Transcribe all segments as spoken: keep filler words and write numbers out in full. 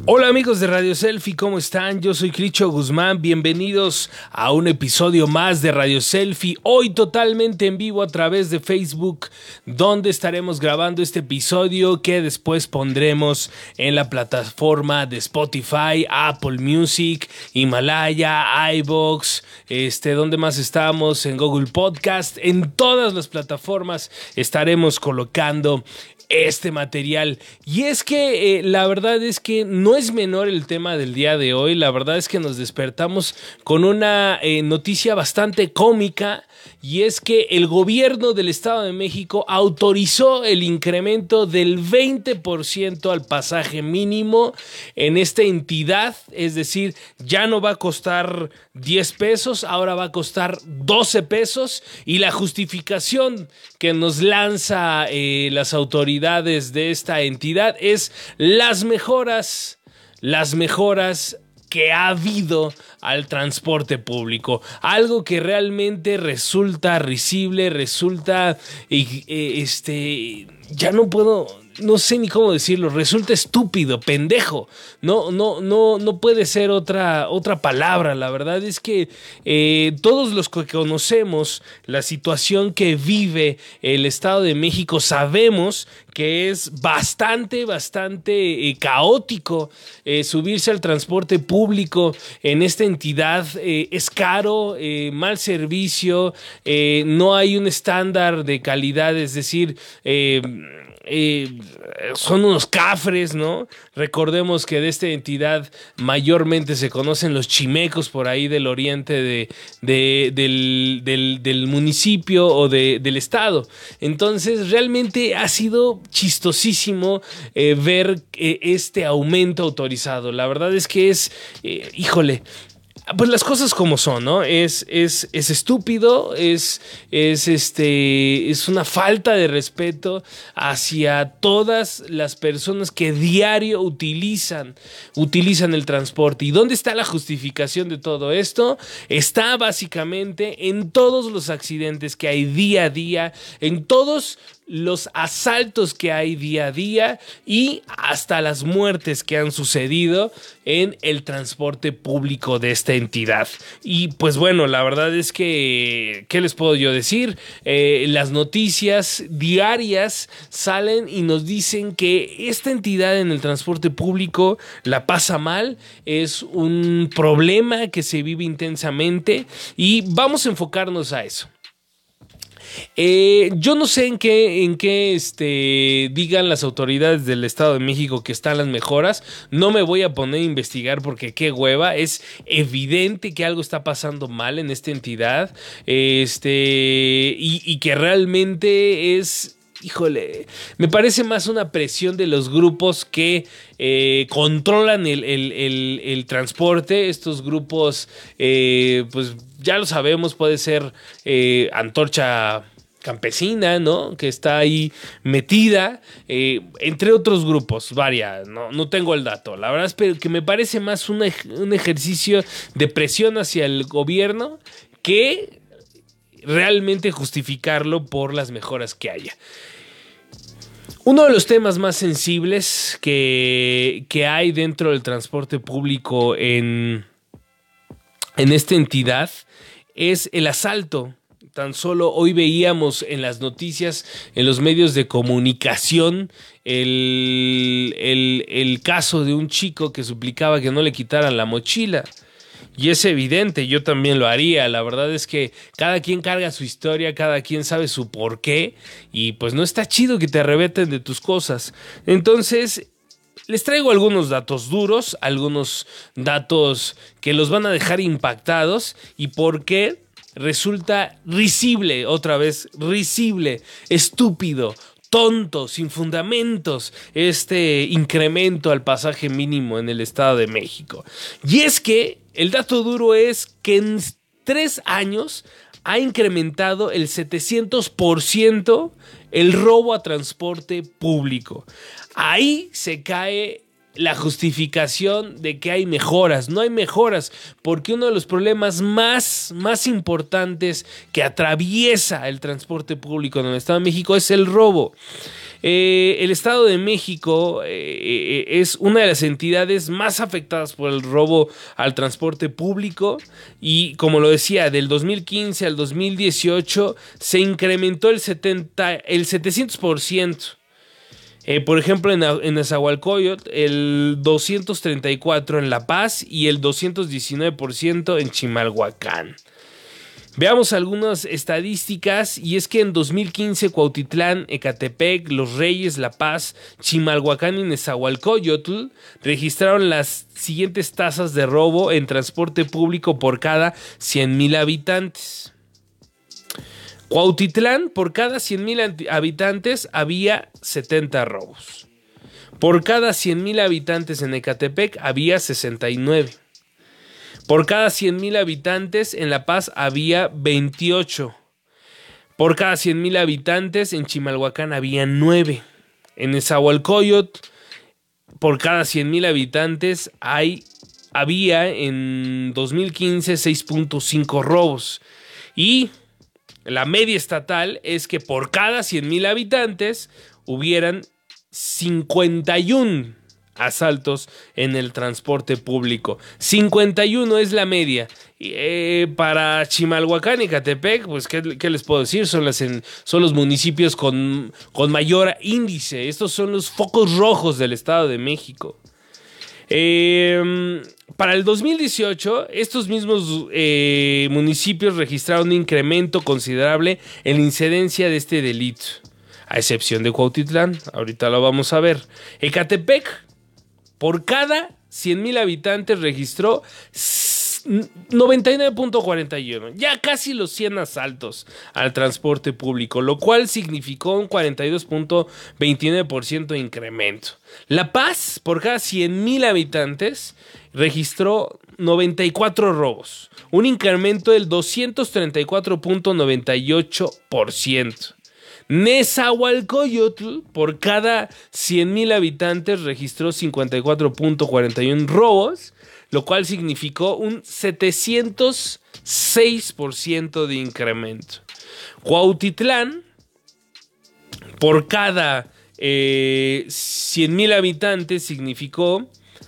Hola amigos de Radio Selfie, ¿cómo están? Yo soy Cricho Guzmán, bienvenidos a un episodio más de Radio Selfie, hoy totalmente en vivo a través de Facebook, donde estaremos grabando este episodio que después pondremos en la plataforma de Spotify, Apple Music, Himalaya, iVoox, este, ¿dónde más estamos? En Google Podcast, en todas las plataformas estaremos colocando este material. Y es que eh, la verdad es que no es menor el tema del día de hoy. La verdad es que nos despertamos con una eh, noticia bastante cómica, y es que el gobierno del Estado de México autorizó el incremento del veinte por ciento al pasaje mínimo en esta entidad. Es decir, ya no va a costar diez pesos, ahora va a costar doce pesos, y la justificación que nos lanza eh, las autoridades de esta entidad es las mejoras, las mejoras que ha habido al transporte público, algo que realmente resulta risible, resulta, eh, eh, este, ya no puedo, no sé ni cómo decirlo, resulta estúpido, pendejo, no, no, no, no puede ser otra, otra palabra. La verdad es que eh, todos los que conocemos la situación que vive el Estado de México sabemos que es bastante, bastante eh, caótico eh, subirse al transporte público en esta entidad. Eh, es caro, eh, mal servicio, eh, no hay un estándar de calidad, es decir, eh, Eh, son unos cafres, ¿no? Recordemos que de esta entidad mayormente se conocen los chimecos por ahí del oriente de, de, del, del, del municipio o de, del estado. Entonces realmente ha sido chistosísimo eh, ver eh, este aumento autorizado. La verdad es que es, eh, híjole, pues las cosas como son, ¿no? Es, es, es estúpido, es, es, este, es una falta de respeto hacia todas las personas que diario utilizan, utilizan el transporte. ¿Y dónde está la justificación de todo esto? Está básicamente en todos los accidentes que hay día a día, en todos los asaltos que hay día a día y hasta las muertes que han sucedido en el transporte público de esta entidad. Y pues bueno, la verdad es que, ¿qué les puedo yo decir? Eh, las noticias diarias salen y nos dicen que esta entidad en el transporte público la pasa mal, es un problema que se vive intensamente, y vamos a enfocarnos a eso. Eh, yo no sé en qué, en qué este, digan las autoridades del Estado de México que están las mejoras. No me voy a poner a investigar porque qué hueva. Es evidente que algo está pasando mal en esta entidad. Este, y, y que realmente es... Híjole, me parece más una presión de los grupos que eh, controlan el, el, el, el transporte. Estos grupos, eh, pues ya lo sabemos, puede ser eh, Antorcha Campesina, ¿no? Que está ahí metida, eh, entre otros grupos, varia, no, no tengo el dato. La verdad es que me parece más un, un ejercicio de presión hacia el gobierno que realmente justificarlo por las mejoras que haya. Uno de los temas más sensibles que, que hay dentro del transporte público en, en esta entidad es el asalto. Tan solo hoy veíamos en las noticias, en los medios de comunicación, el, el, el caso de un chico que suplicaba que no le quitaran la mochila. Y es evidente, yo también lo haría. La verdad es que cada quien carga su historia, cada quien sabe su porqué, y pues no está chido que te arrebeten de tus cosas. Entonces, les traigo algunos datos duros, algunos datos que los van a dejar impactados, y por qué resulta risible, otra vez risible, estúpido, tonto, sin fundamentos, este incremento al pasaje mínimo en el Estado de México. Y es que el dato duro es que en tres años ha incrementado el setecientos por ciento el robo a transporte público. Ahí se cae la justificación de que hay mejoras. No hay mejoras, porque uno de los problemas más, más importantes que atraviesa el transporte público en el Estado de México es el robo. Eh, el Estado de México eh, es una de las entidades más afectadas por el robo al transporte público y, como lo decía, del dos mil quince al dos mil dieciocho se incrementó el, setenta, el setecientos por ciento. Eh, por ejemplo, en, en Nezahualcóyotl, el doscientos treinta y cuatro por ciento en La Paz y el doscientos diecinueve por ciento en Chimalhuacán. Veamos algunas estadísticas, y es que en dos mil quince Cuautitlán, Ecatepec, Los Reyes, La Paz, Chimalhuacán y Nezahualcóyotl registraron las siguientes tasas de robo en transporte público por cada cien mil habitantes. Cuautitlán, por cada cien mil habitantes había setenta robos. Por cada cien mil habitantes en Ecatepec había sesenta y nueve. Por cada cien mil habitantes en La Paz había veintiocho. Por cada cien mil habitantes en Chimalhuacán había nueve. En Nezahualcóyotl, por cada cien mil habitantes hay, había en dos mil quince seis punto cinco robos. Y la media estatal es que por cada cien mil habitantes hubieran cincuenta y uno asaltos en el transporte público. cincuenta y uno es la media. Eh, para Chimalhuacán y Ecatepec, pues ¿qué, qué les puedo decir? Son, las en, son los municipios con, con mayor índice. Estos son los focos rojos del Estado de México. Eh, para el dos mil dieciocho, estos mismos eh, municipios registraron un incremento considerable en la incidencia de este delito, a excepción de Cuautitlán. Ahorita lo vamos a ver. Ecatepec, por cada cien mil habitantes registró noventa y nueve punto cuarenta y uno, ya casi los cien asaltos al transporte público, lo cual significó un cuarenta y dos punto veintinueve por ciento de incremento. La Paz, por cada cien mil habitantes, registró noventa y cuatro robos, un incremento del doscientos treinta y cuatro punto noventa y ocho por ciento. Nezahualcóyotl, por cada cien mil habitantes, registró cincuenta y cuatro punto cuarenta y uno robos, lo cual significó un setecientos seis por ciento de incremento. Cuautitlán, por cada eh, cien mil habitantes, significó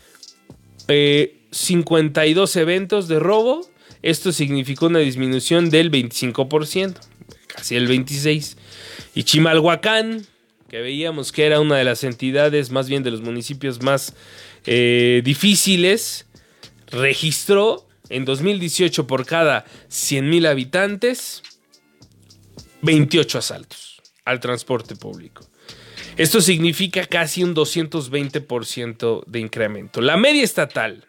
eh, cincuenta y dos eventos de robo. Esto significó una disminución del veinticinco por ciento, casi el veintiséis por ciento. Y Chimalhuacán, que veíamos que era una de las entidades, más bien de los municipios más eh, difíciles, registró en dos mil dieciocho por cada cien mil habitantes veintiocho asaltos al transporte público. Esto significa casi un doscientos veinte por ciento de incremento. La media estatal,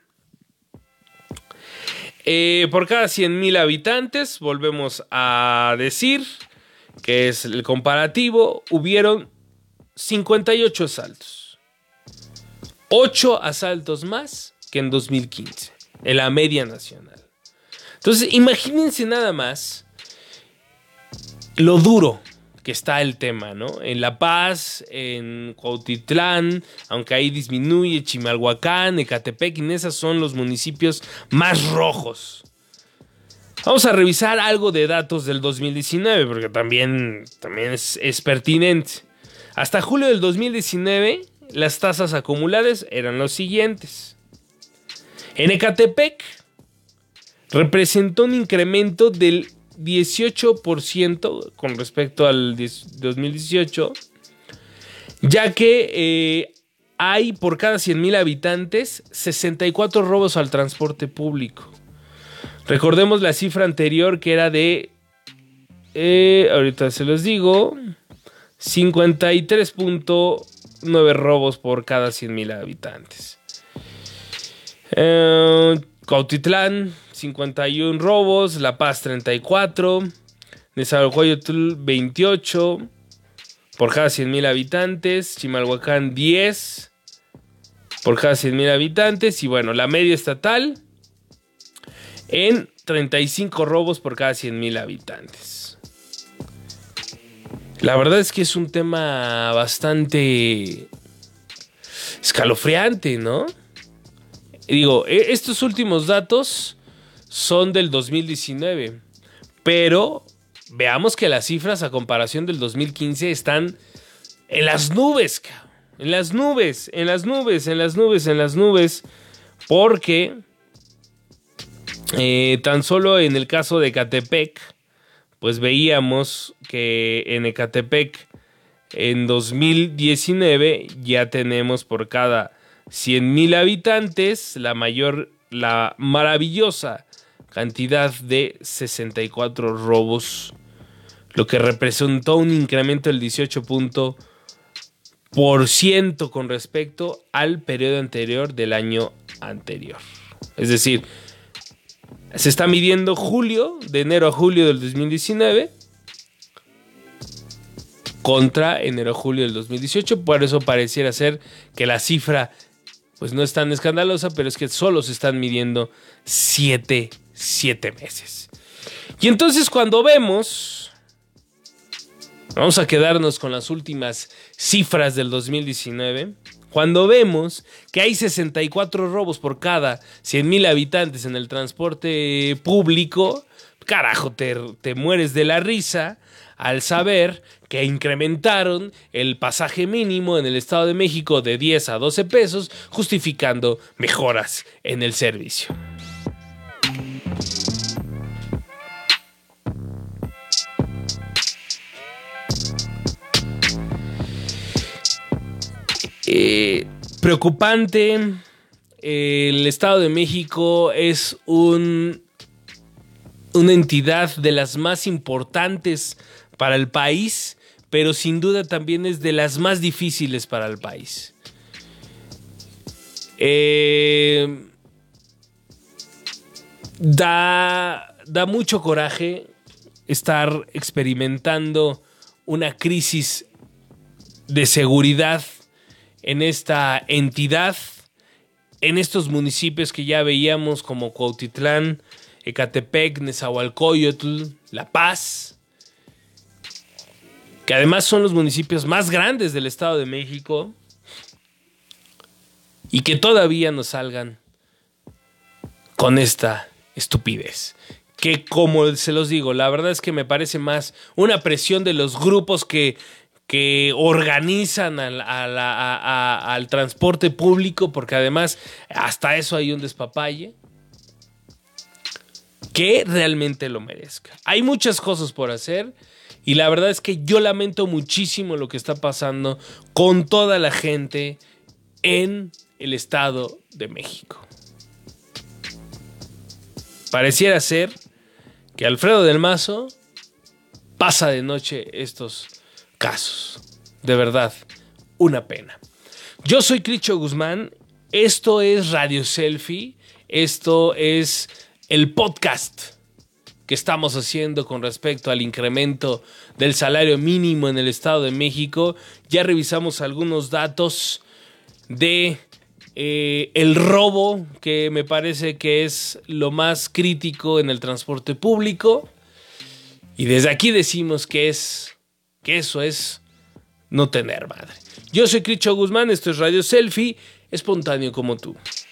eh, por cada cien mil habitantes, volvemos a decir que es el comparativo, hubieron cincuenta y ocho asaltos. ocho asaltos más que en dos mil quince, en la media nacional. Entonces, imagínense nada más lo duro que está el tema, ¿no? En La Paz, en Cuautitlán, aunque ahí disminuye, Chimalhuacán, Ecatepec, y esos son los municipios más rojos. Vamos a revisar algo de datos del dos mil diecinueve, porque también, también es, es pertinente. Hasta julio del dos mil diecinueve, las tasas acumuladas eran los siguientes. En Ecatepec, representó un incremento del dieciocho por ciento con respecto al dos mil dieciocho, ya que eh, hay por cada cien mil habitantes sesenta y cuatro robos al transporte público. Recordemos la cifra anterior, que era de, eh, ahorita se los digo, cincuenta y tres punto nueve robos por cada cien mil habitantes. Eh, Cuautitlán, cincuenta y uno robos, La Paz treinta y cuatro, Nezahualcóyotl veintiocho por cada cien mil habitantes, Chimalhuacán diez por cada cien mil habitantes, y bueno, la media estatal en treinta y cinco robos por cada cien mil habitantes. La verdad es que es un tema bastante escalofriante, ¿no? Digo, estos últimos datos son del dos mil diecinueve, pero veamos que las cifras a comparación del dos mil quince están en las nubes, cabrón. En las nubes, en las nubes, en las nubes, en las nubes. Porque eh, tan solo en el caso de Ecatepec, pues veíamos que en Ecatepec en dos mil diecinueve ya tenemos por cada cien mil habitantes la mayor, la maravillosa cantidad de sesenta y cuatro robos, lo que representó un incremento del dieciocho por ciento con respecto al periodo anterior del año anterior. Es decir, se está midiendo julio, de enero a julio del dos mil diecinueve, contra enero a julio del dos mil dieciocho. Por eso pareciera ser que la cifra pues no es tan escandalosa, pero es que solo se están midiendo siete, siete meses. Y entonces cuando vemos, vamos a quedarnos con las últimas cifras del dos mil diecinueve. Cuando vemos que hay sesenta y cuatro robos por cada cien mil habitantes en el transporte público, carajo, te, te mueres de la risa al saber que incrementaron el pasaje mínimo en el Estado de México de diez a doce pesos, justificando mejoras en el servicio. Eh, preocupante. El Estado de México es un, una entidad de las más importantes para el país, pero sin duda también es de las más difíciles para el país. Eh, da, da mucho coraje estar experimentando una crisis de seguridad en esta entidad, en estos municipios que ya veíamos como Cuautitlán, Ecatepec, Nezahualcóyotl, La Paz, que además son los municipios más grandes del Estado de México, y que todavía nos salgan con esta estupidez. Que, como se los digo, la verdad es que me parece más una presión de los grupos que, que organizan al, a la, a, a, al transporte público, porque además hasta eso hay un despapalle, que realmente lo merezca. Hay muchas cosas por hacer y la verdad es que yo lamento muchísimo lo que está pasando con toda la gente en el Estado de México. Pareciera ser que Alfredo del Mazo pasa de noche estos casos. De verdad, una pena. Yo soy Cricho Guzmán, esto es Radio Selfie, esto es el podcast que estamos haciendo con respecto al incremento del salario mínimo en el Estado de México. Ya revisamos algunos datos de eh, el robo, que me parece que es lo más crítico en el transporte público. Y desde aquí decimos que, es, que eso es no tener madre. Yo soy Cricho Guzmán, esto es Radio Selfie, espontáneo como tú.